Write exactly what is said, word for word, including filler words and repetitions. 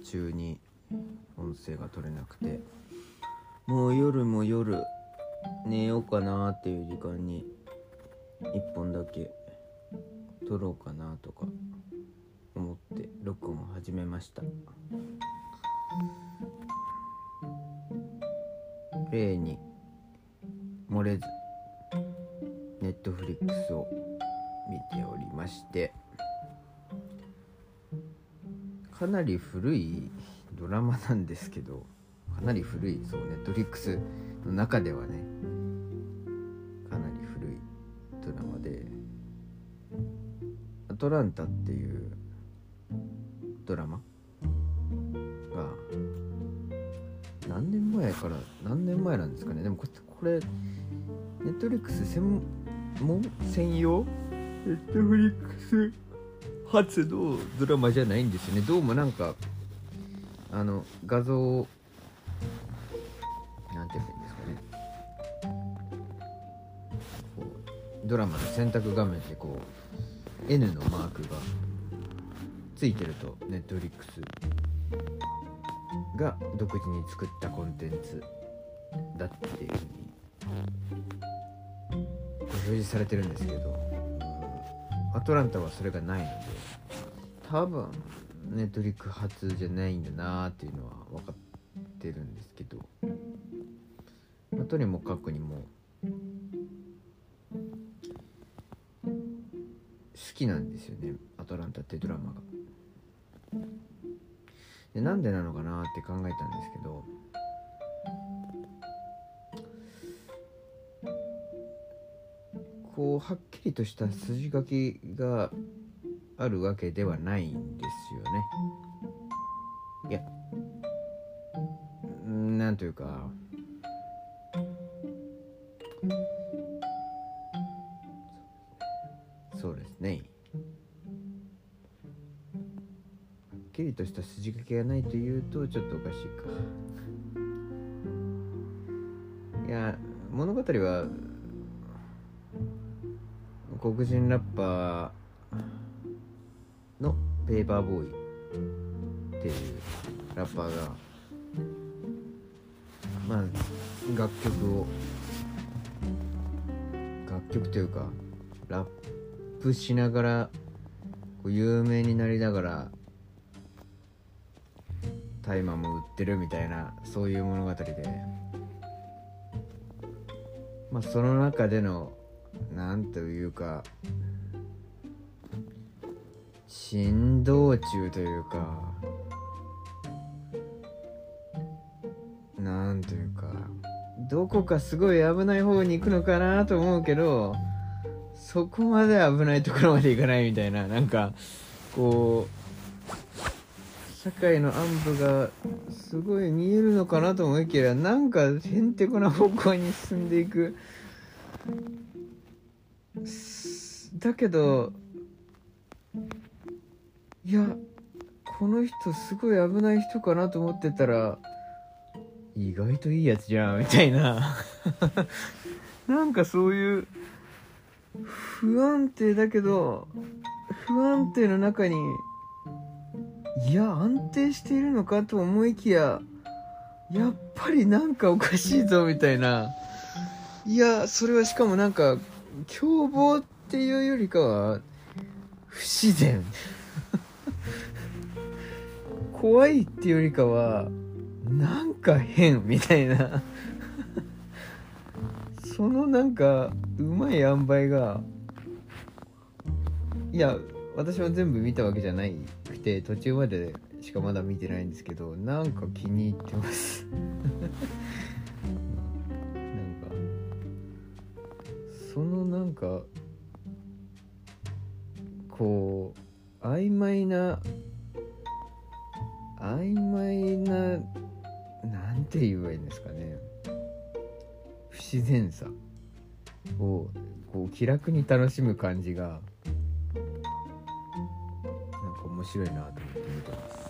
中に音声が取れなくて、もう夜も夜寝ようかなっていう時間に一本だけ撮ろうかなとか思って録音を始めました。例に漏れずネットフリックスを見ておりまして、かなり古いドラマなんですけど、かなり古い、そうネットフリックスの中ではね、かなり古いドラマで、アトランタっていうドラマが何年前から何年前なんですかね。でもこれ、これネットフリックス専門専用ネットフリックス初のドラマじゃないんですよね。どうもなんかあの画像なんて言えばいいんですかね、こうドラマの選択画面でこう N のマークがついてるとネットフリックスが独自に作ったコンテンツだっていう風に表示されてるんですけど、アトランタはそれがないので、多分ネットフリックス初じゃないんだなっていうのは分かってるんですけど、まあ、とにもかくにも好きなんですよね、アトランタってドラマが。でなんでなのかなって考えたんですけど、こうはっきりとした筋書きがあるわけではないんですよね。いや、なんというか、そうですね、はっきりとした筋書きがないというとちょっとおかしいか。いや、物語は黒人ラッパーのペーパーボーイっていうラッパーが、まあ楽曲を楽曲というかラップしながらこう有名になりながら大麻も売ってるみたいな、そういう物語で、まあその中でのなんというか珍道中というか、なんというかどこかすごい危ない方に行くのかなと思うけど、そこまで危ないところまで行かないみたいな、なんかこう社会の暗部がすごい見えるのかなと思いきや、なんかへんてこな方向に進んでいく。だけどいや、この人すごい危ない人かなと思ってたら意外といいやつじゃんみたいななんかそういう不安定だけど不安定の中に、いや安定しているのかと思いきや、やっぱりなんかおかしいぞみたいな。いや、それはしかもなんか凶暴っていうよりかは不自然怖いっていうよりかはなんか変みたいなそのなんかうまい塩梅が、いや私は全部見たわけじゃないくて途中までしかまだ見てないんですけど、なんか気に入ってますなんかそのなんかこう曖昧な曖昧ななんて言えばいいんですかね、不自然さをこう気楽に楽しむ感じがなんか面白いなと思って見てます。